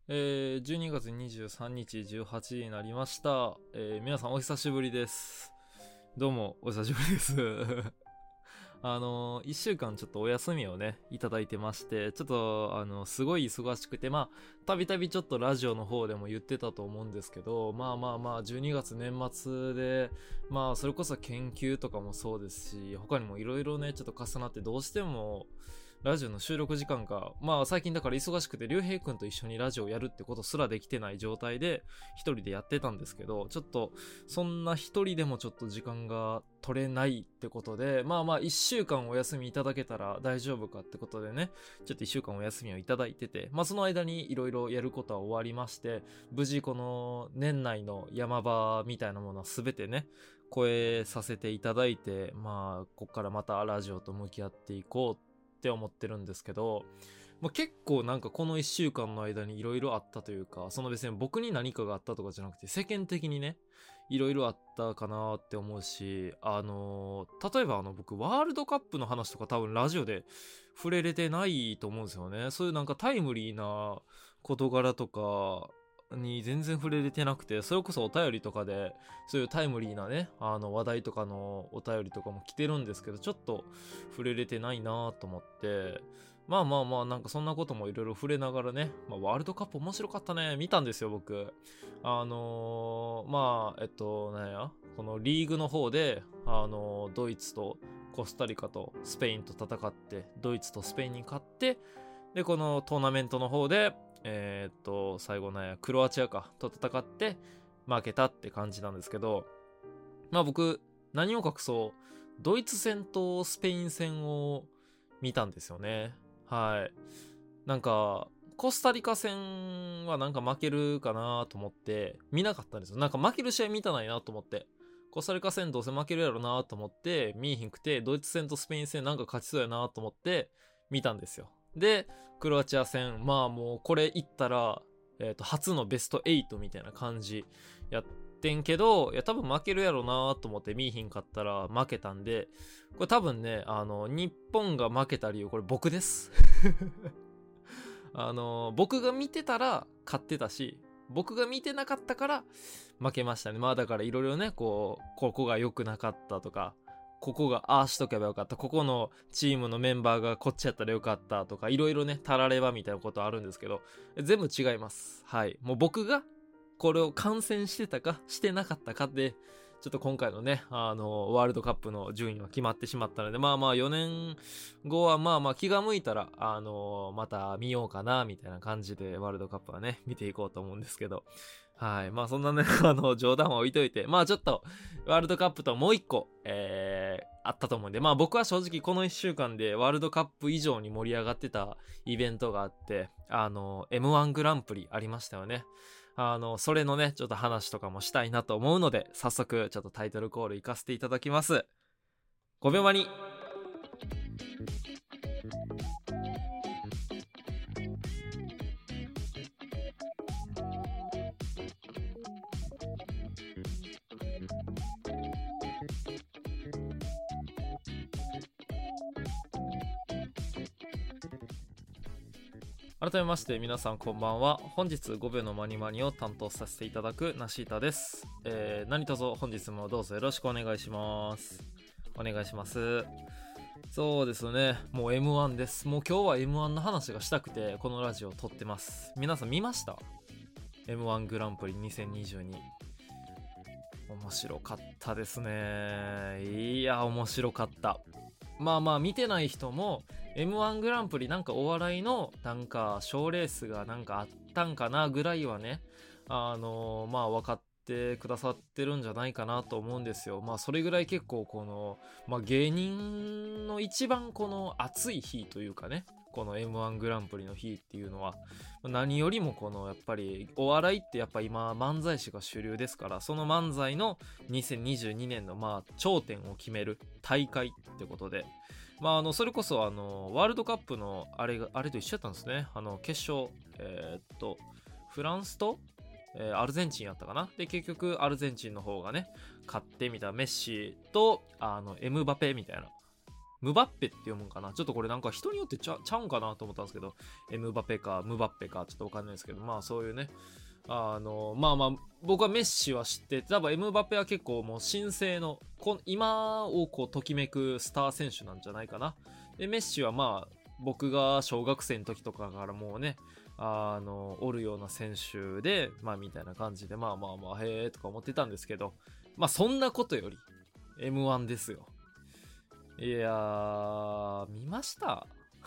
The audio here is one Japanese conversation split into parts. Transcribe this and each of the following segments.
12月23日18時になりました。皆さんお久しぶりです。どうもお久しぶりです。1週間ちょっとお休みをね、いただいてまして、ちょっと、すごい忙しくて、たびたびちょっとラジオの方でも言ってたと思うんですけど、12月年末で、それこそ研究とかもそうですし、他にもいろいろね、ちょっと重なってどうしても、ラジオの収録時間が、最近だから忙しくて、竜兵くんと一緒にラジオをやるってことすらできてない状態で、一人でやってたんですけど、ちょっと、そんな一人でもちょっと時間が取れないってことで、一週間お休みいただけたら大丈夫かってことでね、ちょっと一週間お休みをいただいてて、その間にいろいろやることは終わりまして、無事この年内の山場みたいなものは全てね、超えさせていただいて、こっからまたラジオと向き合っていこうって思ってるんですけど、結構なんかこの一週間の間にいろいろあったというか、その別に僕に何かがあったとかじゃなくて、世間的にね、いろいろあったかなって思うし、例えば僕ワールドカップの話とか多分ラジオで触れれてないと思うんですよね。そういうなんかタイムリーな事柄とかに全然触れれてなくて、それこそお便りとかでそういうタイムリーなね話題とかのお便りとかも来てるんですけど、ちょっと触れれてないなと思って、なんかそんなこともいろいろ触れながらね、ワールドカップ面白かったね、見たんですよ僕。このリーグの方でドイツとコスタリカとスペインと戦って、ドイツとスペインに勝って、でこのトーナメントの方で最後クロアチアかと戦って負けたって感じなんですけど、僕何を隠そうドイツ戦とスペイン戦を見たんですよね。はい。なんかコスタリカ戦はなんか負けるかなと思って見なかったんですよ。なんか負ける試合見たないなと思って、コスタリカ戦どうせ負けるやろなと思って見えひんくて、ドイツ戦とスペイン戦なんか勝ちそうやなと思って見たんですよ。でクロアチア戦、もうこれいったら、初のベスト8みたいな感じやってんけど、いや多分負けるやろなと思って見えひんかったら負けたんで、これ多分ね日本が負けた理由これ僕です僕が見てたら勝ってたし、僕が見てなかったから負けましたね。だからいろいろね、ここが良くなかったとか、ここがああしとけばよかった、ここのチームのメンバーがこっちやったらよかったとか、いろいろね、たらればみたいなことあるんですけど、全部違います。はい。もう僕がこれを観戦してたかしてなかったかで、ちょっと今回のね、ワールドカップの順位は決まってしまったので、4年後は気が向いたら、また見ようかな、みたいな感じで、ワールドカップはね、見ていこうと思うんですけど。はい。そんなね、冗談は置いといて、ちょっと、ワールドカップともう一個、あったと思うんで、僕は正直この一週間でワールドカップ以上に盛り上がってたイベントがあって、M1 グランプリありましたよね。それのね、ちょっと話とかもしたいなと思うので、早速、ちょっとタイトルコール行かせていただきます。5秒間に。改めまして皆さんこんばんは。本日5秒のマニマニを担当させていただくナシータです。何卒本日もどうぞよろしくお願いします。お願いします。そうですね、もう M1 です。もう今日は M1 の話がしたくてこのラジオを撮ってます。皆さん見ました？ M1 グランプリ2022。面白かったですね。いや面白かった。見てない人も M1 グランプリなんかお笑いのなんか賞レースがなんかあったんかなぐらいはね、分かってくださってるんじゃないかなと思うんですよ。それぐらい結構この、芸人の一番この熱い日というかね、この M1 グランプリの日っていうのは何よりもこのやっぱりお笑いってやっぱ今漫才師が主流ですから、その漫才の2022年の頂点を決める大会ってことで、それこそワールドカップのあれと一緒だったんですね。決勝フランスとアルゼンチンやったかな。で結局アルゼンチンの方がね勝ってみたいな、メッシとエムバペみたいなムバッペって読むんかな。ちょっとこれなんか人によってちゃうんかなと思ったんですけど、ムバペかムバッペかちょっとわかんないですけど、まあそういうね、まあまあ、僕はメッシは知ってて、多分エムバペは結構もう新生の、今をこうときめくスター選手なんじゃないかな。で、メッシはまあ、僕が小学生の時とかからもうね、おるような選手で、まあみたいな感じで、まあまあまあ、へえとか思ってたんですけど、まあそんなことより、M1 ですよ。いやー、見ました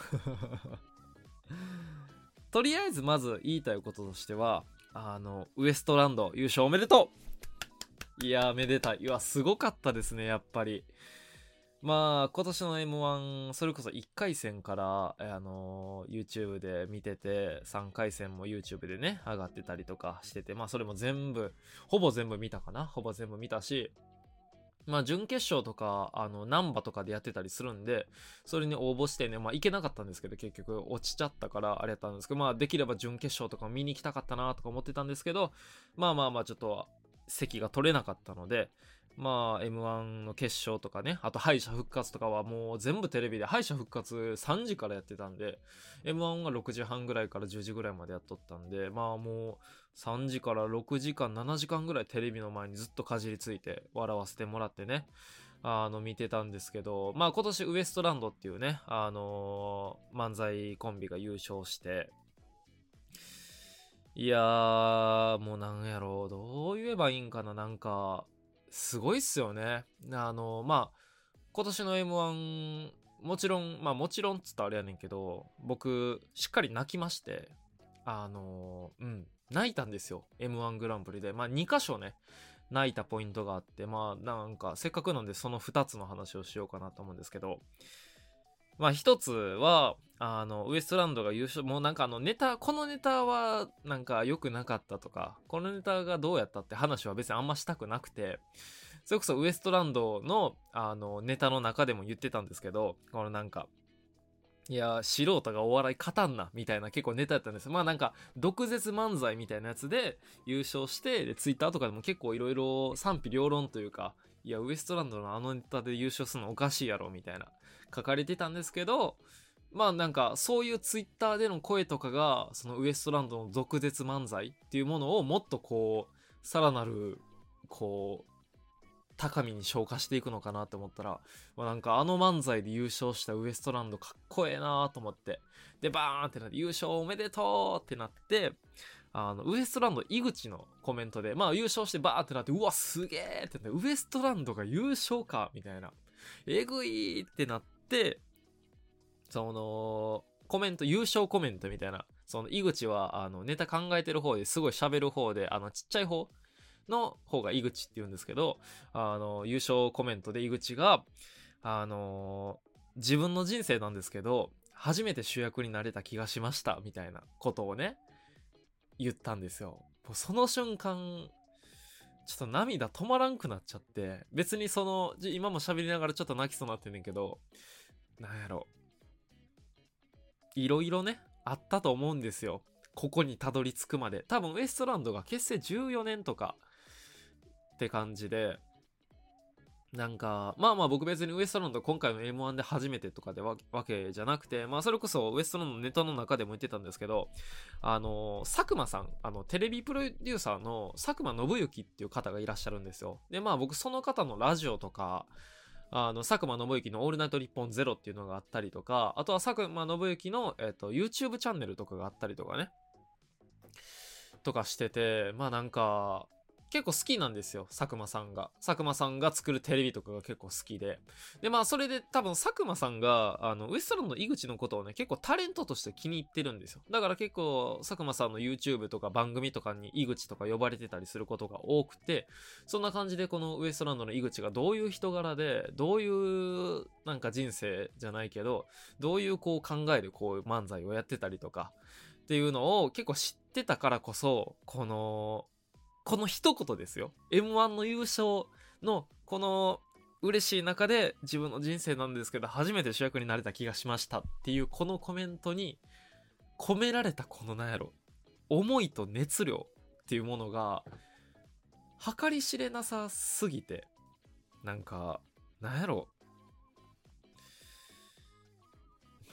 とりあえずまず言いたいこととしては、ウエストランド優勝おめでとう。いやー、めでたい。いや、すごかったですね、やっぱり。まあ、今年の M1、それこそ1回戦から、YouTube で見てて、3回戦も YouTube でね、上がってたりとかしてて、まあ、それも全部、ほぼ全部見たかな。ほぼ全部見たし、まあ、準決勝とか、ナンバとかでやってたりするんで、それに応募してね、まあ、行けなかったんですけど、結局、落ちちゃったから、あれやったんですけど、まあ、できれば準決勝とか見に行きたかったなとか思ってたんですけど、まあまあまあ、ちょっと、席が取れなかったので、まあ、M1 の決勝とかね、あと敗者復活とかはもう全部テレビで、敗者復活3時からやってたんで、M1 が6時半ぐらいから10時ぐらいまでやっとったんで、まあもう3時から6時間、7時間ぐらいテレビの前にずっとかじりついて笑わせてもらってね、見てたんですけど、まあ今年ウエストランドっていうね、漫才コンビが優勝して、いやー、もうなんやろう、どう言えばいいんかな、なんか、すごいっすよね。まあ、今年の M1、もちろんっつったらあれやねんけど、僕、しっかり泣きまして、泣いたんですよ。M1 グランプリで。まあ、2箇所ね、泣いたポイントがあって、まあ、なんか、せっかくなんでその2つの話をしようかなと思うんですけど、まあ一つは、ウエストランドが優勝、もうなんかこのネタはなんか良くなかったとか、このネタがどうやったって話は別にあんましたくなくて、それこそウエストランドの、ネタの中でも言ってたんですけど、このなんか、いや、素人がお笑い勝たんな、みたいな結構ネタやったんです。まあなんか、毒舌漫才みたいなやつで優勝して、で、ツイッターとかでも結構いろいろ賛否両論というか、いや、ウエストランドのあのネタで優勝するのおかしいやろ、みたいな、書かれてたんですけど、まあなんか、そういうツイッターでの声とかが、そのウエストランドの毒舌漫才っていうものをもっとこう、さらなる、こう、高みに昇華していくのかなって思ったら、まあ、なんか漫才で優勝したウエストランドかっこええなと思って。で、バーンってなって、優勝おめでとうってなって、ウエストランド井口のコメントで、まあ優勝してバーンってなって、うわ、すげえってなって、ウエストランドが優勝かみたいな。えぐいってなって、その、優勝コメントみたいな。その井口は、ネタ考えてる方ですごい喋る方で、ちっちゃい方の方が井口って言うんですけど、優勝コメントで井口が、自分の人生なんですけど、初めて主役になれた気がしました、みたいなことをね、言ったんですよ。もうその瞬間、ちょっと涙止まらんくなっちゃって、別に今も喋りながらちょっと泣きそうになってんねんけど、なんやろ、いろいろね、あったと思うんですよ。ここにたどり着くまで。多分ウエストランドが結成14年とかって感じで、なんか、まあまあ僕別にウエストランド今回の M1 で初めてとかでわけじゃなくて、まあそれこそウエストランドのネタの中でも言ってたんですけど、佐久間さん、テレビプロデューサーの佐久間信之っていう方がいらっしゃるんですよ。で、まあ僕その方のラジオとか、佐久間信之のオールナイト日本ゼロっていうのがあったりとか、あとは佐久間信之の、YouTube チャンネルとかがあったりとかね、とかしてて、まあなんか、結構好きなんですよ、佐久間さんが。佐久間さんが作るテレビとかが結構好きで。で、まあそれで多分佐久間さんが、ウエストランドの井口のことをね、結構タレントとして気に入ってるんですよ。だから結構佐久間さんの YouTube とか番組とかに井口とか呼ばれてたりすることが多くて、そんな感じでこのウエストランドの井口がどういう人柄で、どういうなんか人生じゃないけど、どういうこう考えでこういう漫才をやってたりとか、っていうのを結構知ってたからこそ、この一言ですよ。M1 の優勝のこの嬉しい中で自分の人生なんですけど初めて主役になれた気がしましたっていうこのコメントに込められたこのなんやろ、思いと熱量っていうものが計り知れなさすぎて、なんかなんやろ、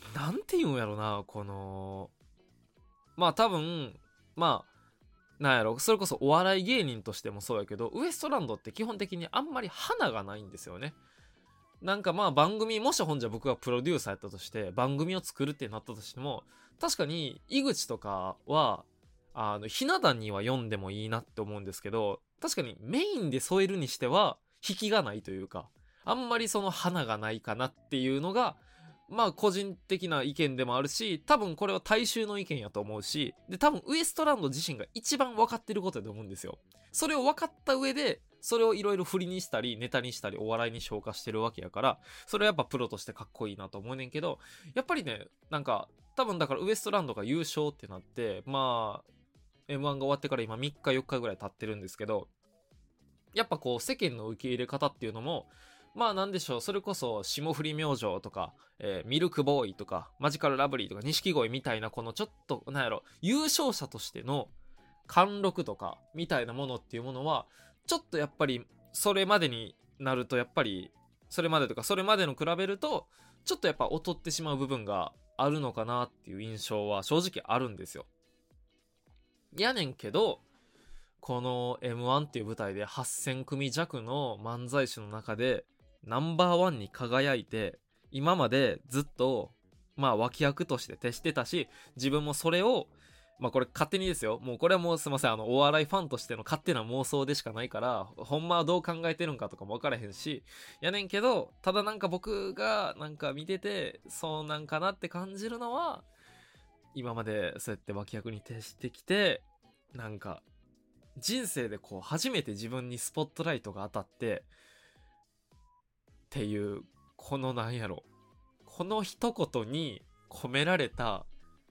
なんていうんやろな、この、まあ多分、まあ、なんやろ、それこそお笑い芸人としてもそうやけど、ウエストランドって基本的にあんまり花がないんですよね。なんかまあ番組、もしほんじゃ僕がプロデューサーやったとして、番組を作るってなったとしても、確かに井口とかは、ひな壇には読んでもいいなって思うんですけど、確かにメインで添えるにしては、引きがないというか、あんまりその花がないかなっていうのが、まあ個人的な意見でもあるし、多分これは大衆の意見やと思うし、で多分ウエストランド自身が一番分かってることだと思うんですよ。それを分かった上で、それをいろいろ振りにしたり、ネタにしたり、お笑いに昇華してるわけやから、それはやっぱプロとしてかっこいいなと思うねんけど、やっぱりね、なんか、多分だからウエストランドが優勝ってなって、まあ、M1 が終わってから今3日4日ぐらい経ってるんですけど、やっぱこう世間の受け入れ方っていうのも、まあなんでしょう、それこそ霜降り明星とか、ミルクボーイとか、マジカルラブリーとか、錦鯉みたいなこのちょっと、なんやろ、優勝者としての貫禄とか、みたいなものっていうものは、ちょっとやっぱり、それまでになるとやっぱり、それまでとか、それまでの比べると、ちょっとやっぱ劣ってしまう部分があるのかなっていう印象は正直あるんですよ。やねんけど、この M1 っていう舞台で8000組弱の漫才師の中でナンバーワンに輝いて、今までずっとまあ脇役として徹してたし、自分もそれを、まあこれ勝手にですよ、もうこれはもうすいません、お笑いファンとしての勝手な妄想でしかないから、ほんまはどう考えてるんかとかも分からへんし、やねんけど、ただなんか僕がなんか見ててそうなんかなって感じるのは、今までそうやって脇役に徹してきて、なんか人生でこう初めて自分にスポットライトが当たってっていう、このなんやろ、この一言に込められた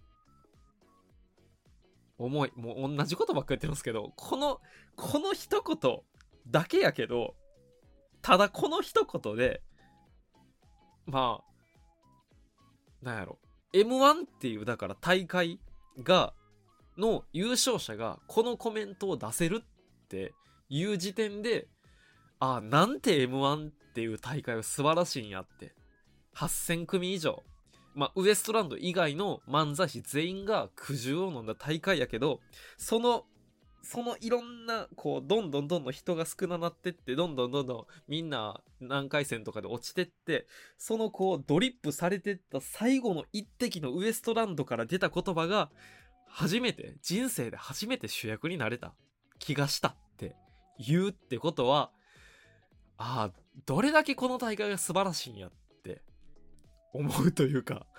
思い、もう同じことばっかり言ってるんですけど、この一言だけやけど、ただこの一言で、まあなんやろ、 M1 っていうだから大会がの優勝者がこのコメントを出せるっていう時点で、あ、なんて M1 っていう大会は素晴らしいんやって。8000組以上。まあ、ウエストランド以外の漫才師全員が苦渋を飲んだ大会やけど、その、そのいろんな、こう、どんどんどんどん人が少ななってって、どんどんどんどんみんな何回戦とかで落ちてって、そのこう、ドリップされてった最後の一滴のウエストランドから出た言葉が、初めて、人生で初めて主役になれた気がしたって言うってことは、ああ、どれだけこの大会が素晴らしいんやって思うというか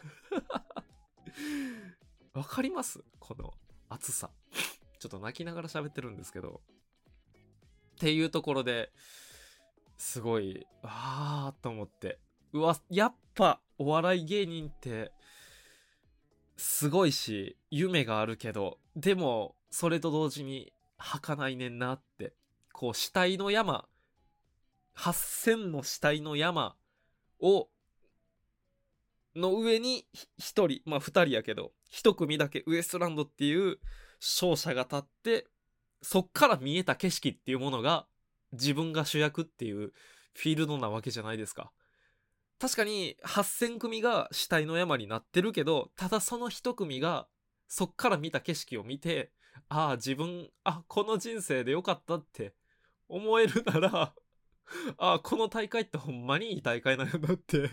わかりますこの熱さ。ちょっと泣きながら喋ってるんですけど。っていうところで、すごい、あーと思って。うわ、やっぱお笑い芸人って、すごいし、夢があるけど、でも、それと同時に、儚いねんなって。こう、死体の山、8000の死体の山を、の上に一人、まあ二人やけど、一組だけウエストランドっていう勝者が立って、そっから見えた景色っていうものが自分が主役っていうフィールドなわけじゃないですか。確かに8000組が死体の山になってるけど、ただその一組がそっから見た景色を見て、ああ自分、あ、この人生でよかったって思えるなら、ああこの大会ってほんまにいい大会なんやなって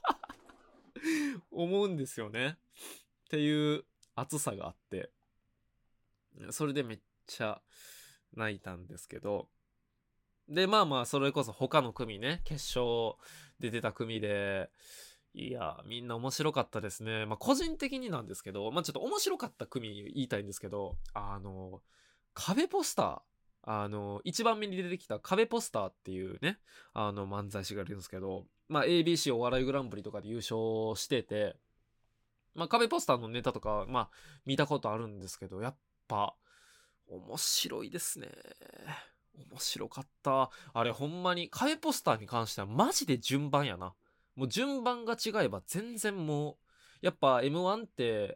思うんですよね。っていう熱さがあって、それでめっちゃ泣いたんですけど、で、まあまあ、それこそ他の組ね、決勝で出た組で、いや、みんな面白かったですね。まあ、個人的になんですけど、まあ、ちょっと面白かった組言いたいんですけど、壁ポスター、一番目に出てきた壁ポスターっていうね、漫才師がいるんですけど、まあ、ABC お笑いグランプリとかで優勝してて、まあ、壁ポスターのネタとか、まあ、見たことあるんですけど、やっぱ、面白いですね。面白かった。あれほんまに、壁ポスターに関してはマジで順番やな。もう順番が違えば全然もう、やっぱ M1 って、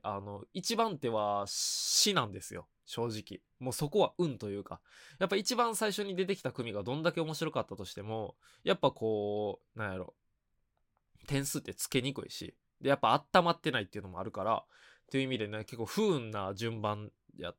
一番手は死なんですよ。正直。もうそこは運というか。やっぱ一番最初に出てきた組がどんだけ面白かったとしても、やっぱこう、なんやろ。点数ってつけにくいし。 で、やっぱ温まってないっていうのもあるから、という意味でね、結構不運な順番やって、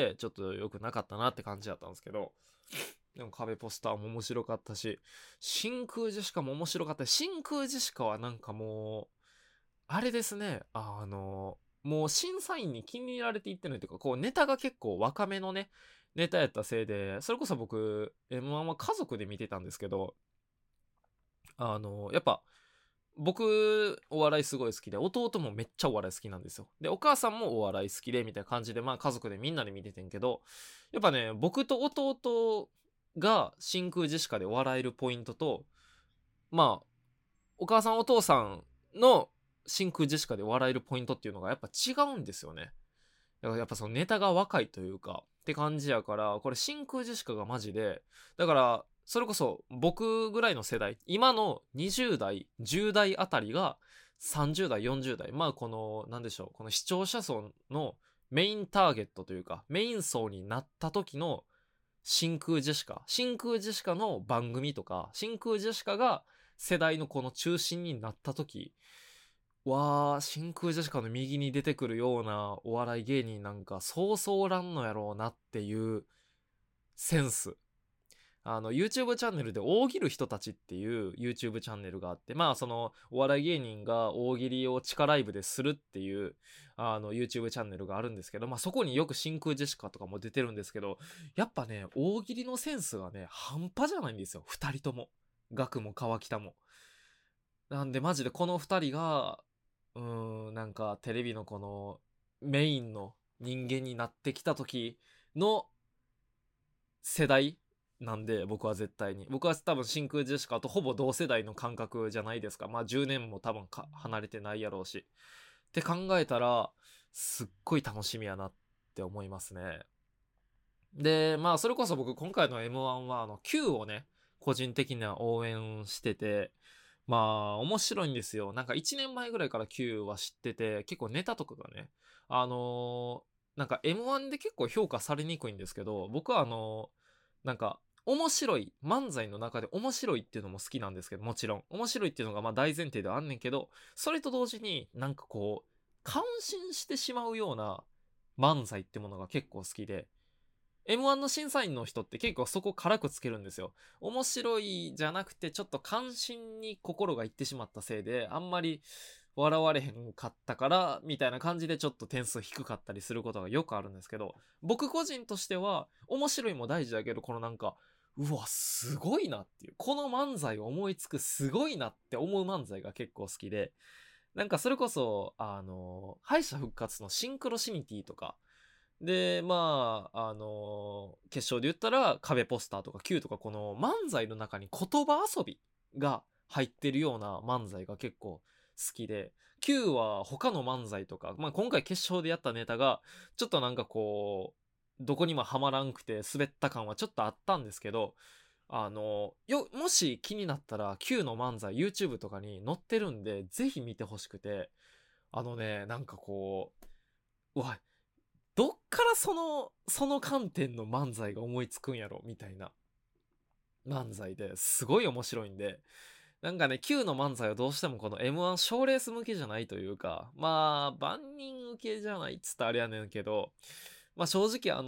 ちょっと良くなかったなって感じだったんですけど、でも壁ポスターも面白かったし、真空ジェシカも面白かったし、真空ジェシカはなんかもう、あれですね、もう審査員に気に入られていってないというか、こうネタが結構若めのね、ネタやったせいで、それこそ僕、M1 は家族で見てたんですけど、やっぱ、僕、お笑いすごい好きで、弟もめっちゃお笑い好きなんですよ。で、お母さんもお笑い好きで、みたいな感じで、まあ家族でみんなで見ててんけど、やっぱね、僕と弟が真空ジェシカで笑えるポイントと、まあ、お母さんお父さんの真空ジェシカで笑えるポイントっていうのがやっぱ違うんですよね。だからやっぱそのネタが若いというか、って感じやから、これ真空ジェシカがマジで、だから、それこそ僕ぐらいの世代、今の20代、10代あたりが30代、40代、まあこの、なんでしょう、この視聴者層のメインターゲットというか、メイン層になった時の真空ジェシカの番組とか、真空ジェシカが世代のこの中心になった時、真空ジェシカの右に出てくるようなお笑い芸人なんかそうそうおらんのやろうなっていうセンス。YouTube チャンネルで大喜利人たちっていう YouTube チャンネルがあって、まあそのお笑い芸人が大喜利を地下ライブでするっていうYouTube チャンネルがあるんですけど、まあそこによく真空ジェシカとかも出てるんですけど、やっぱね、大喜利のセンスがね、半端じゃないんですよ。二人とも。ガクも川北も。なんでマジでこの二人が、なんかテレビのこのメインの人間になってきた時の世代なんで、僕は絶対に。僕は多分真空ジェシカとほぼ同世代の感覚じゃないですか。まあ10年も多分離れてないやろうし。って考えたら、すっごい楽しみやなって思いますね。で、まあそれこそ僕今回の M1 はQ をね、個人的には応援してて、まあ面白いんですよ。なんか1年前ぐらいから Q は知ってて、結構ネタとかがね、なんか M1 で結構評価されにくいんですけど、僕はなんか面白い、漫才の中で面白いっていうのも好きなんですけど、もちろん。面白いっていうのがまあ大前提ではあんねんけど、それと同時になんかこう、感心してしまうような漫才ってものが結構好きで、M1 の審査員の人って結構そこ辛くつけるんですよ。面白いじゃなくてちょっと関心に心がいってしまったせいで、あんまり笑われへんかったから、みたいな感じでちょっと点数低かったりすることがよくあるんですけど、僕個人としては面白いも大事だけど、このなんか、うわ、すごいなっていう、この漫才を思いつくすごいなって思う漫才が結構好きで、なんかそれこそ、敗者復活のシンクロシニティとか、で、まあ、決勝で言ったら壁ポスターとか Q とかこの漫才の中に言葉遊びが入ってるような漫才が結構好きで、Q は他の漫才とか、まあ今回決勝でやったネタが、ちょっとなんかこう、どこにもハマらんくて滑った感はちょっとあったんですけど、もし気になったら Q の漫才 YouTube とかに載ってるんで、ぜひ見てほしくて、なんかこう、うわ、どっからその観点の漫才が思いつくんやろみたいな漫才ですごい面白いんで、なんかね、Q の漫才はどうしてもこの M1 賞レース向けじゃないというか、まあ、万人受けじゃないっつったらあれやねんけど、まあ正直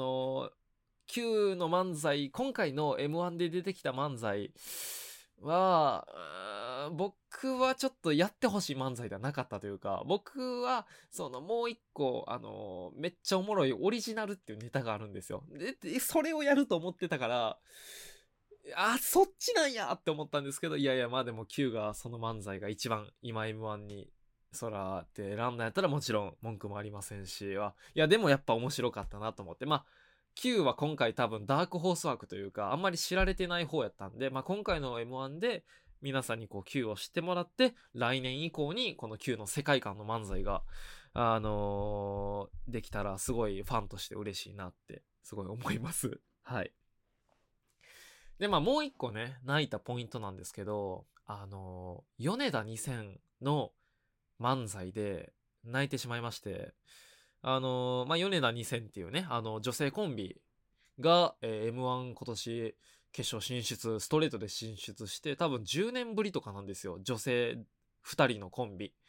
Q の漫才、今回の M1 で出てきた漫才は、僕はちょっとやってほしい漫才ではなかったというか、僕は、そのもう一個、めっちゃおもろいオリジナルっていうネタがあるんですよ。で、それをやると思ってたから、そっちなんやって思ったんですけど、いやいや、まあでも Q がその漫才が一番今 M1 に空って選んだやったらもちろん文句もありませんし、いやでもやっぱ面白かったなと思って、まあ Q は今回多分ダークホース枠というか、あんまり知られてない方やったんで、まあ今回の M1 で皆さんにこう Q を知ってもらって、来年以降にこの Q の世界観の漫才が、できたらすごいファンとして嬉しいなってすごい思います。はい。で、まあもう一個ね、泣いたポイントなんですけど、米田2000の漫才で泣いてしまいまして、まあ米田2000っていうね、女性コンビが、M1 今年決勝進出、ストレートで進出して、多分10年ぶりとかなんですよ。女性2人のコンビ。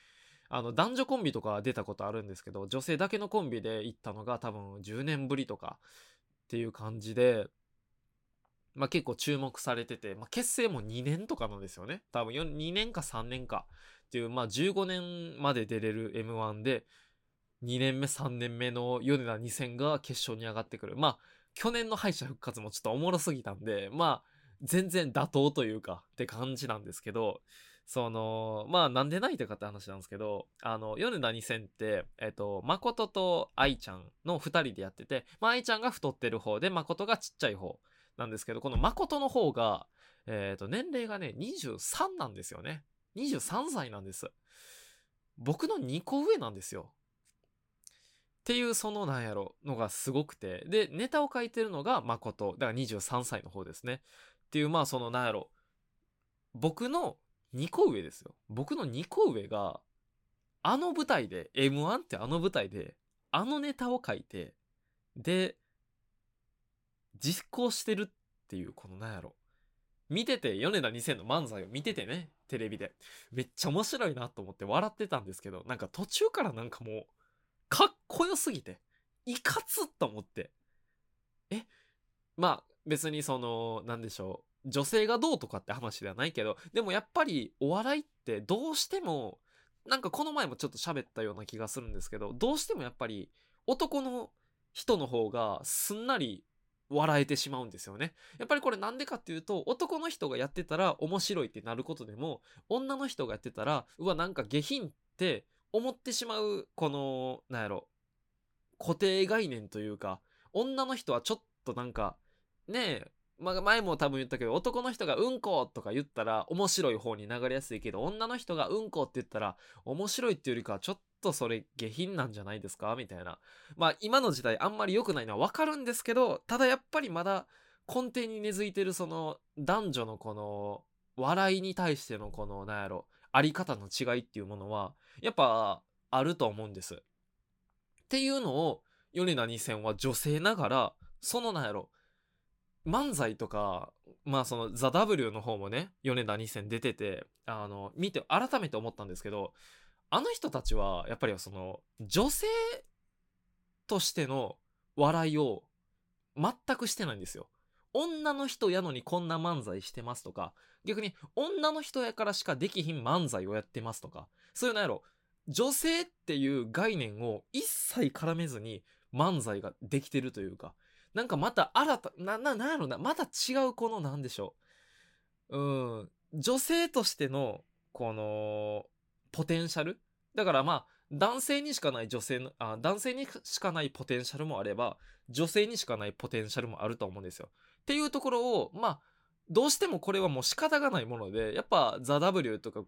男女コンビとかは出たことあるんですけど、女性だけのコンビで行ったのが多分10年ぶりとかっていう感じで、まあ結構注目されてて、まあ結成も2年とかなんですよね。多分2年か3年かっていう、まあ15年まで出れる M1 で、2年目3年目の米田2000が決勝に上がってくる。まあ去年の敗者復活もちょっとおもろすぎたんで、まあ全然妥当というかって感じなんですけど、まあなんで泣いたかって話なんですけど、米田2000って、誠と愛ちゃんの2人でやってて、まあ愛ちゃんが太ってる方で、誠がちっちゃい方なんですけど、この誠の方が、年齢がね、23なんですよね。23歳なんです。僕の2個上なんですよ。っていうなんやろのがすごくて、でネタを書いてるのが誠だから23歳の方ですねっていう、まあなんやろ、僕の2個上ですよ。僕の2個上があの舞台で M1 ってあの舞台であのネタを書いて、で実行してるっていう、このなんやろ、見てて、米田2000の漫才を見ててね、テレビでめっちゃ面白いなと思って笑ってたんですけど、なんか途中からなんかもうかっこよすぎて、いかつっと思って。え、まあ別になんでしょう。女性がどうとかって話ではないけど、でもやっぱりお笑いってどうしても、なんかこの前もちょっと喋ったような気がするんですけど、どうしてもやっぱり男の人の方がすんなり笑えてしまうんですよね。やっぱりこれなんでかっていうと、男の人がやってたら面白いってなることでも、女の人がやってたら、うわ、なんか下品って思ってしまう、なんやろ、固定概念というか、女の人はちょっとなんか、ねえ、まあ、前も多分言ったけど、男の人がうんことか言ったら面白い方に流れやすいけど、女の人がうんこって言ったら面白いっていうよりかはちょっとそれ下品なんじゃないですかみたいな。まあ今の時代あんまり良くないのはわかるんですけど、ただやっぱりまだ根底に根付いてる男女の笑いに対してのなんやろ、あり方の違いっていうものは、やっぱあると思うんです。っていうのを、米田2000は女性ながら、なんやろ、漫才とか、まあザ・ W の方もね、米田2000出てて、見て改めて思ったんですけど、あの人たちは、やっぱり女性としての笑いを全くしてないんですよ。女の人やのにこんな漫才してますとか、逆に女の人やからしかできひん漫才をやってますとか、そういうのやろ、女性っていう概念を一切絡めずに漫才ができてるというか、なんかまた新た、なんやろな、また違うなんでしょう。女性としての、ポテンシャルだからまあ、男性にしかない男性にしかないポテンシャルもあれば、女性にしかないポテンシャルもあると思うんですよ。っていうところを、まあ、どうしてもこれはもう仕方がないもので、やっぱザ・ W とか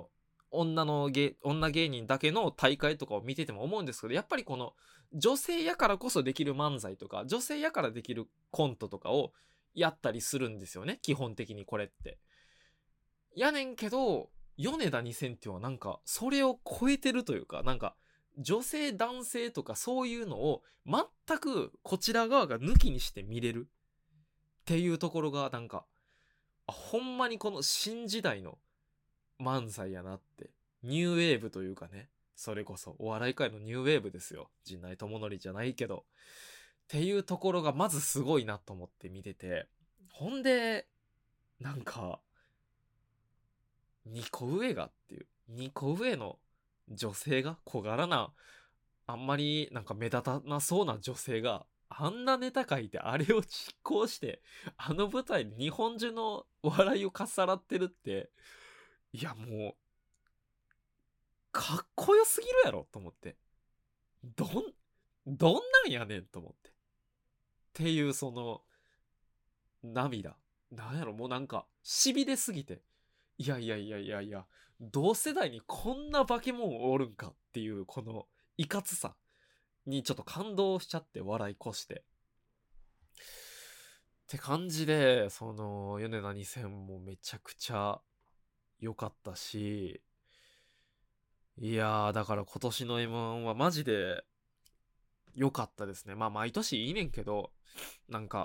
女芸人だけの大会とかを見てても思うんですけど、やっぱり女性やからこそできる漫才とか、女性やからできるコントとかをやったりするんですよね。基本的にこれって。やねんけど、米田2000っていうのはなんか、それを超えてるというか、なんか、女性男性とかそういうのを全くこちら側が抜きにして見れるっていうところがなんか、ほんまにこの新時代の漫才やなって。ニューウェーブというかね。それこそお笑い界のニューウェーブですよ。陣内智則じゃないけど。っていうところがまずすごいなと思って見てて。ほんで、なんか、2個上がっていう。2個上の女性が小柄な、あんまりなんか目立たなそうな女性が、あんなネタ書いてあれを実行して、あの舞台で日本中の笑いをかっさらってるって、いやもう、かっこよすぎるやろと思って。どん、どんなんやねんと思って。っていう涙。なんやろ、もうなんか、しびれすぎて。いやいやいやいやいや、同世代にこんな化け物おるんかっていう、この、いかつさにちょっと感動しちゃって笑い越して。って感じで、米田2000もめちゃくちゃ良かったし、いやー、だから今年の M1 はマジで良かったですね。まあ毎年いいねんけど、なんか、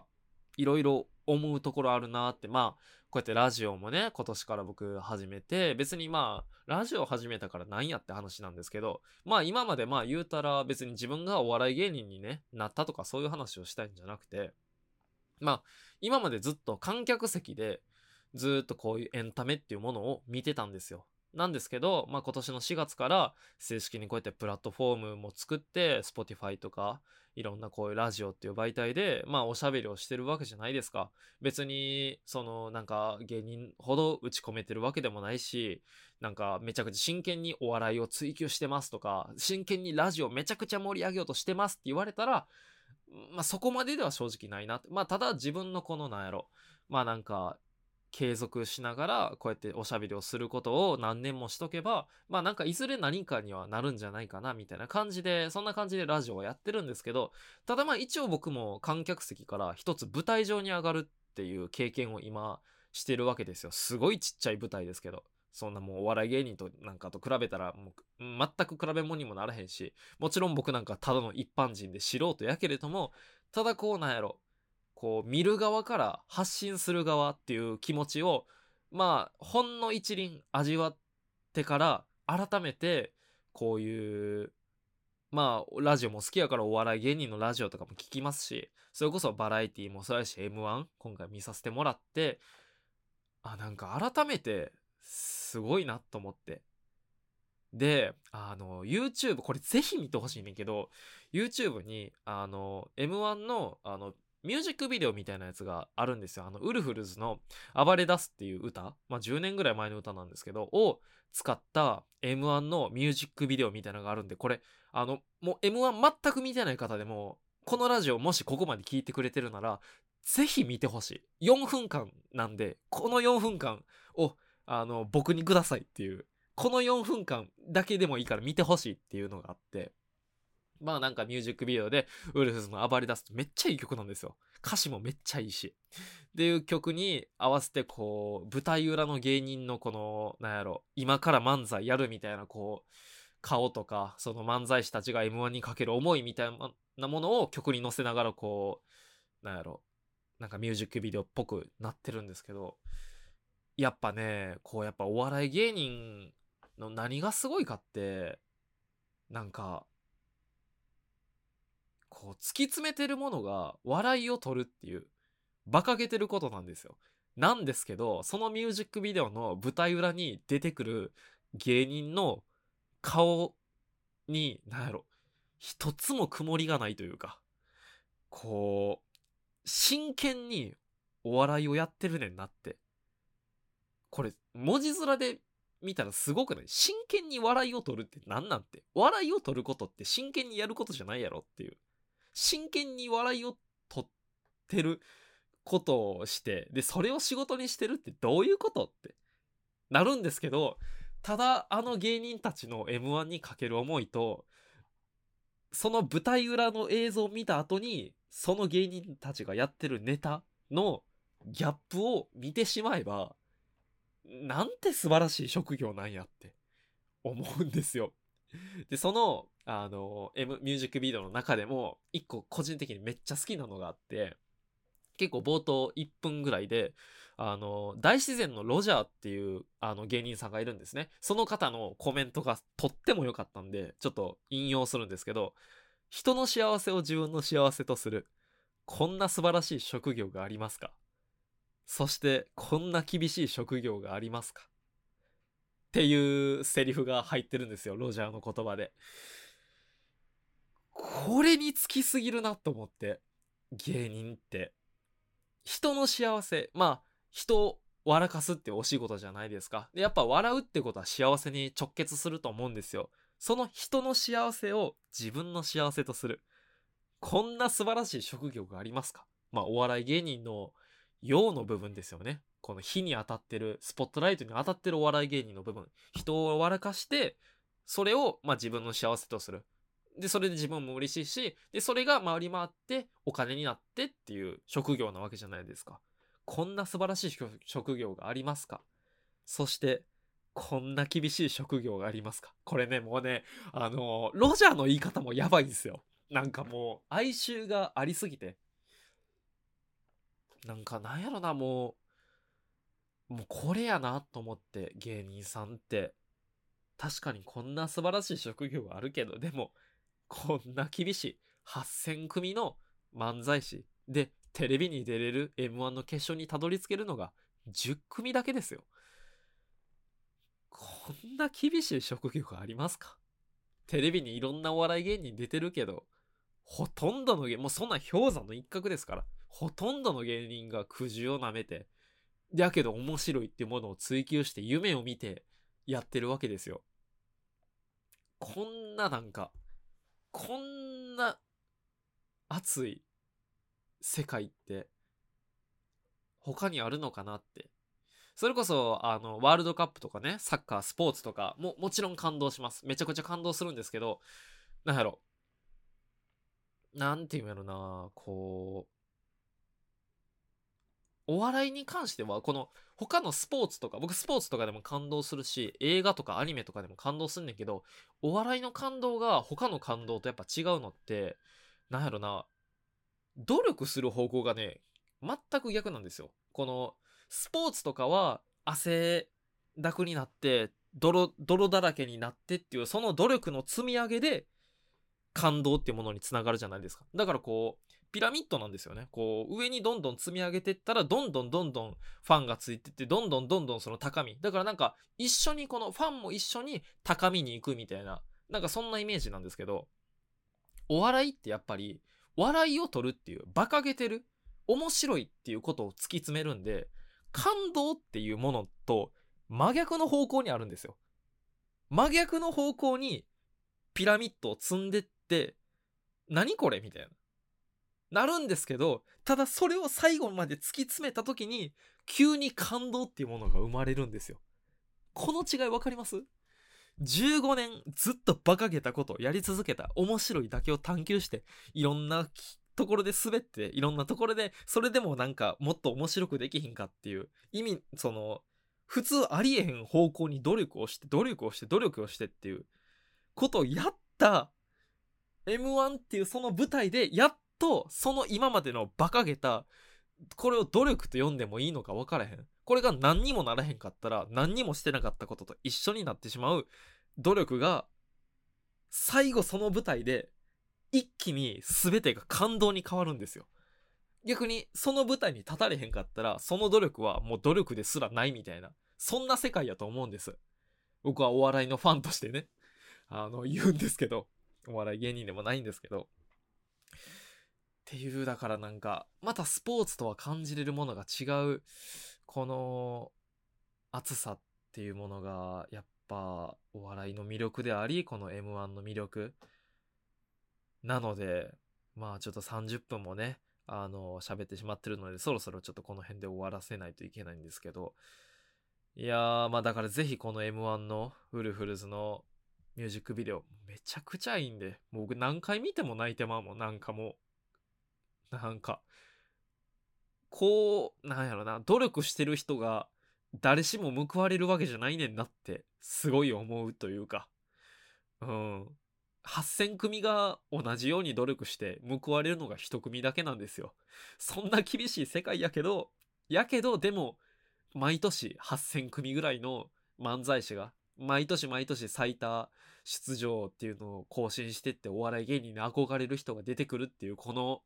いろいろ思うところあるなって。まあ、こうやってラジオもね、今年から僕始めて、別にまあ、ラジオ始めたからなんやって話なんですけど、まあ今までまあ言うたら別に自分がお笑い芸人にね、なったとかそういう話をしたいんじゃなくて、まあ、今までずっと観客席で、ずっとこういうエンタメっていうものを見てたんですよ。なんですけど、まあ今年の4月から正式にこうやってプラットフォームも作って、Spotify とか、いろんなこういうラジオっていう媒体で、まあおしゃべりをしてるわけじゃないですか。別に、そのなんか芸人ほど打ち込めてるわけでもないし、なんかめちゃくちゃ真剣にお笑いを追求してますとか、真剣にラジオめちゃくちゃ盛り上げようとしてますって言われたら、まあそこまででは正直ないなって。まあただ自分のこのなんやろ。まあなんか、継続しながらこうやっておしゃべりをすることを何年もしとけば、まあなんかいずれ何かにはなるんじゃないかなみたいな感じで、そんな感じでラジオはやってるんですけど、ただまあ一応僕も観客席から一つ舞台上に上がるっていう経験を今してるわけですよ。すごいちっちゃい舞台ですけど。そんなもうお笑い芸人となんかと比べたらもう全く比べ物にもならへんし、もちろん僕なんかただの一般人で素人やけれども、ただこうなんやろ、こう見る側から発信する側っていう気持ちをまあほんの一輪味わってから改めてこういうまあラジオも好きやからお笑い芸人のラジオとかも聞きますし、それこそバラエティもそうやし M1 今回見させてもらって、なんか改めてすごいなと思って。で、YouTube、これぜひ見てほしいねんけど、YouTube に、M1 の、ミュージックビデオみたいなやつがあるんですよ。ウルフルズの暴れ出すっていう歌、まあ10年ぐらい前の歌なんですけど、を使った M1 のミュージックビデオみたいなのがあるんで、これ、もう M1 全く見てない方でも、このラジオもしここまで聞いてくれてるなら、ぜひ見てほしい。4分間なんで、この4分間を、僕にくださいっていう、この4分間だけでもいいから見てほしいっていうのがあって、まあなんかミュージックビデオでウルフズの暴れ出すとめっちゃいい曲なんですよ。歌詞もめっちゃいいし。っていう曲に合わせてこう、舞台裏の芸人のこの、なんやろ、今から漫才やるみたいなこう、顔とか、その漫才師たちが M1 にかける思いみたいなものを曲に乗せながらこう、なんやろ、なんかミュージックビデオっぽくなってるんですけど、やっぱね、こうやっぱお笑い芸人の何がすごいかって、なんか、こう突き詰めてるものが笑いを取るっていう、馬鹿げてることなんですよ。なんですけど、そのミュージックビデオの舞台裏に出てくる芸人の顔に、なんやろ、一つも曇りがないというか、こう、真剣にお笑いをやってるねんなって。これ、文字面で見たらすごくない？真剣に笑いを取るって何なんて。笑いを取ることって真剣にやることじゃないやろっていう。真剣に笑いを取ってることをして、で、それを仕事にしてるってどういうことってなるんですけど、ただあの芸人たちの M1 にかける思いと、その舞台裏の映像を見た後に、その芸人たちがやってるネタのギャップを見てしまえば、なんて素晴らしい職業なんやって思うんですよ。で、その、ミュージックビデオの中でも、一個個人的にめっちゃ好きなのがあって、結構冒頭1分ぐらいで、大自然のロジャーっていう、芸人さんがいるんですね。その方のコメントがとっても良かったんで、ちょっと引用するんですけど、人の幸せを自分の幸せとする。こんな素晴らしい職業がありますか？そして、こんな厳しい職業がありますか？っていうセリフが入ってるんですよ、ロジャーの言葉で。これにつきすぎるなと思って、芸人って。人の幸せ、まあ、人を笑かすってお仕事じゃないですか。で、やっぱ笑うってことは幸せに直結すると思うんですよ。その人の幸せを自分の幸せとする。こんな素晴らしい職業がありますか？まあ、お笑い芸人の陽の部分ですよね。この火に当たってる、スポットライトに当たってるお笑い芸人の部分。人を笑かして、それを、まあ、自分の幸せとする。で、それで自分も嬉しいし、で、それが回り回ってお金になってっていう職業なわけじゃないですか。こんな素晴らしい職業がありますか？そして、こんな厳しい職業がありますか？これね、もうね、ロジャーの言い方もやばいんですよ。なんかもう、哀愁がありすぎて。 なんかなんやろな、もうこれやなと思って、芸人さんって。確かにこんな素晴らしい職業があるけど、でも、こんな厳しい8000組の漫才師で、テレビに出れる M1 の決勝にたどり着けるのが10組だけですよ。こんな厳しい職業がありますか？テレビにいろんなお笑い芸人出てるけど、ほとんどのもうそんな氷山の一角ですから、ほとんどの芸人がくじを舐めて、だけど面白いっていうものを追求して夢を見てやってるわけですよ。こんななんか、こんな熱い世界って他にあるのかなって。それこそ、ワールドカップとかね、サッカー、スポーツとかもちろん感動します。めちゃくちゃ感動するんですけど、なんやろ。なんていうんやろな、こう、お笑いに関しては、この他のスポーツとか、僕スポーツとかでも感動するし、映画とかアニメとかでも感動すんねんけど、お笑いの感動が他の感動とやっぱ違うのって、なんやろな、努力する方向がね、全く逆なんですよ。この、スポーツとかは汗だくになって、泥だらけになってっていう、その努力の積み上げで、感動っていうものにつながるじゃないですか。だからこう、ピラミッドなんですよね。こう、上にどんどん積み上げていったら、どんどんどんどんファンがついてって、どんどんどんどんその高み。だからなんか、一緒にこのファンも一緒に高みに行くみたいな、なんかそんなイメージなんですけど、お笑いってやっぱり、笑いを取るっていう、馬鹿げてる、面白いっていうことを突き詰めるんで、感動っていうものと真逆の方向にあるんですよ。真逆の方向にピラミッドを積んでって、何これみたいな。なるんですけど、ただそれを最後まで突き詰めた時に、急に感動っていうものが生まれるんですよ。この違い分かります？ 15 年ずっと馬鹿げたことをやり続けた、面白いだけを探求して、いろんなところで滑って、いろんなところで、それでもなんかもっと面白くできひんかっていう意味、その、普通ありえへん方向に努力をして、努力をして、努力をしてっていうことをやった M1 っていうその舞台で、やっとその今までの馬鹿げた、これを努力と呼んでもいいのか分からへん。これが何にもならへんかったら、何にもしてなかったことと一緒になってしまう努力が、最後その舞台で、一気に全てが感動に変わるんですよ。逆に、その舞台に立たれへんかったら、その努力はもう努力ですらないみたいな、そんな世界やと思うんです。僕はお笑いのファンとしてね、言うんですけど、お笑い芸人でもないんですけど、っていう、だからなんか、またスポーツとは感じれるものが違う、この熱さっていうものが、やっぱお笑いの魅力であり、この M1 の魅力なので、まあちょっと30分もね、喋ってしまってるので、そろそろちょっとこの辺で終わらせないといけないんですけど、いやー、まあだからぜひこの M1 のウルフルズのミュージックビデオ、めちゃくちゃいいんで、もう僕何回見ても泣いてまうもん、なんかもう、なんか、こう、なんやろな、努力してる人が誰しも報われるわけじゃないねんなって、すごい思うというか、うん。8000組が同じように努力して報われるのが一組だけなんですよ。そんな厳しい世界やけど、でも、毎年8000組ぐらいの漫才師が、毎年毎年最多出場っていうのを更新してってお笑い芸人に憧れる人が出てくるっていう、この、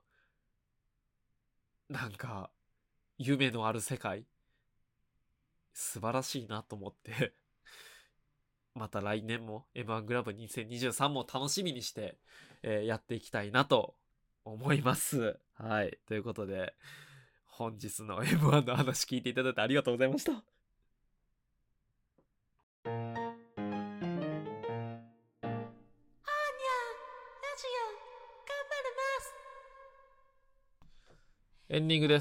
なんか、夢のある世界、素晴らしいなと思ってまた来年も M1 グラブ2023も楽しみにして、やっていきたいなと思います。はい。ということで、本日の M1 の話聞いていただいてありがとうございました。エンディングです。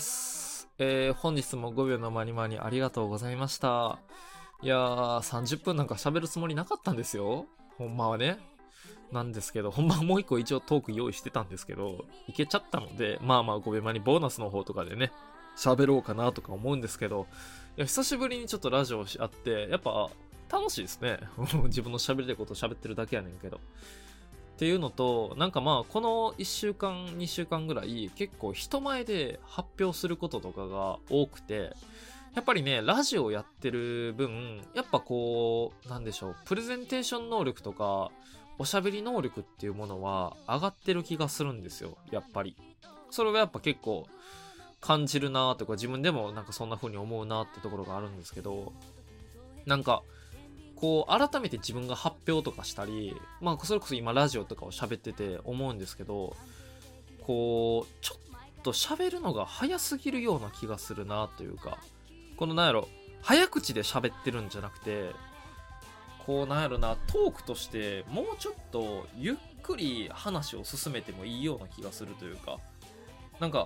本日も5秒のまにまにありがとうございました。いやー、30分なんか喋るつもりなかったんですよ。ほんまはね。なんですけど、ほんまはもう一個一応トーク用意してたんですけど、いけちゃったので、まあまあ5秒前にボーナスの方とかでね、喋ろうかなとか思うんですけど、いや、久しぶりにちょっとラジオをやって、やっぱ楽しいですね。自分の喋りたいことを喋ってるだけやねんけど。 っていうのと、なんかまあこの1週間2週間ぐらい結構人前で発表することとかが多くて、やっぱりねラジオやってる分、やっぱこうなんでしょう、プレゼンテーション能力とかおしゃべり能力っていうものは上がってる気がするんですよ。やっぱりそれはやっぱ結構感じるなとか、自分でもなんかそんな風に思うなってところがあるんですけど、なんかこう改めて自分が発表とかしたり、まあそれこそ今ラジオとかを喋ってて思うんですけど、こうちょっと喋るのが早すぎるような気がするなというか、このなんやろ、早口で喋ってるんじゃなくて、こうなんやろな、トークとしてもうちょっとゆっくり話を進めてもいいような気がするというか、なんか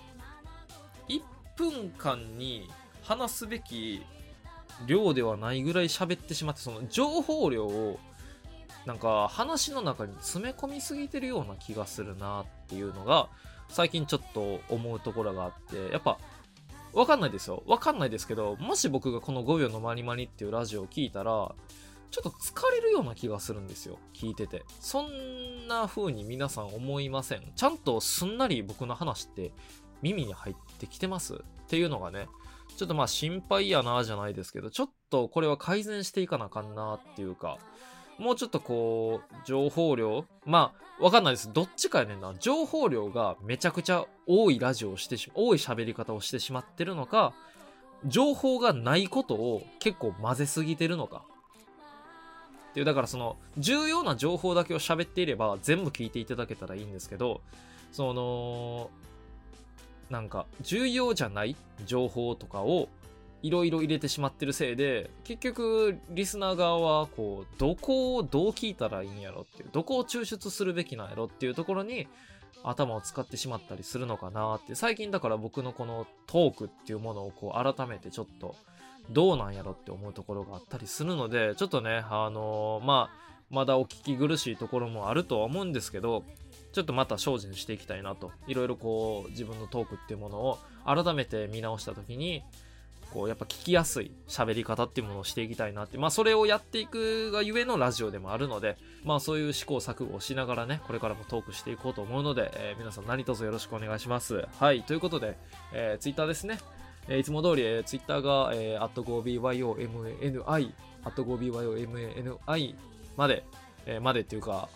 1分間に話すべき量ではないぐらい喋ってしまって、その情報量をなんか話の中に詰め込みすぎてるような気がするなっていうのが最近ちょっと思うところがあって、やっぱわかんないですよ、わかんないですけど、もし僕がこの5秒のマニマニっていうラジオを聞いたらちょっと疲れるような気がするんですよ、聞いてて。そんな風に皆さん思いません？ちゃんとすんなり僕の話って耳に入ってきてますっていうのがね、ちょっとまあ心配やなじゃないですけど、ちょっとこれは改善していかなあかんなっていうか、もうちょっとこう情報量、まあわかんないです、どっちかやねんな。情報量がめちゃくちゃ多いラジオをして多い喋り方をしてしまってるのか、情報がないことを結構混ぜすぎてるのかっていう。だからその重要な情報だけを喋っていれば全部聞いていただけたらいいんですけど、そのなんか重要じゃない情報とかをいろいろ入れてしまってるせいで、結局リスナー側はこうどこをどう聞いたらいいんやろっていう、どこを抽出するべきなんやろっていうところに頭を使ってしまったりするのかなって。最近だから僕のこのトークっていうものをこう改めてちょっとどうなんやろって思うところがあったりするので、ちょっとねまだお聞き苦しいところもあるとは思うんですけど、ちょっとまた精進していきたいなと。いろいろこう自分のトークっていうものを改めて見直した時に、こうやっぱ聞きやすい喋り方っていうものをしていきたいなって、まあそれをやっていくがゆえのラジオでもあるので、まあそういう試行錯誤をしながらね、これからもトークしていこうと思うので、皆さん何卒よろしくお願いします。はい、ということで、ツイッターですね。いつも通り、ツイッターが、@5byomani @5byomani まで、までっていうか、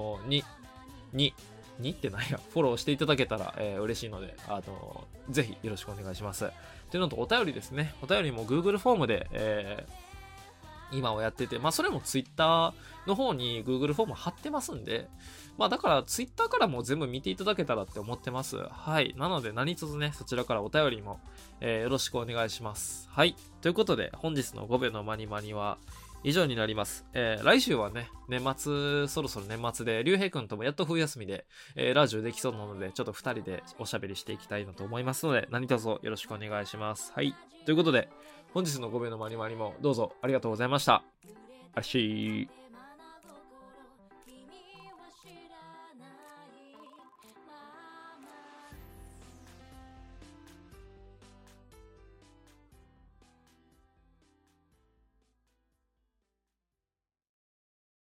にってなんや、フォローしていただけたら、嬉しいので、ぜひよろしくお願いします。というのと、お便りですね。お便りも Google フォームで、今はやってて、まあそれも Twitter の方に Google フォーム貼ってますんで、まあだから Twitter からも全部見ていただけたらって思ってます。はい。なので何卒ね、そちらからお便りも、よろしくお願いします。はい。ということで、本日の5秒のマニマニは以上になります。来週はね、そろそろ年末で、竜兵くんともやっと冬休みで、ラジオできそうなので、ちょっと2人でおしゃべりしていきたいなと思いますので、何卒よろしくお願いします。はい。ということで、本日の5秒のマニマニもどうぞありがとうございました。あっしー。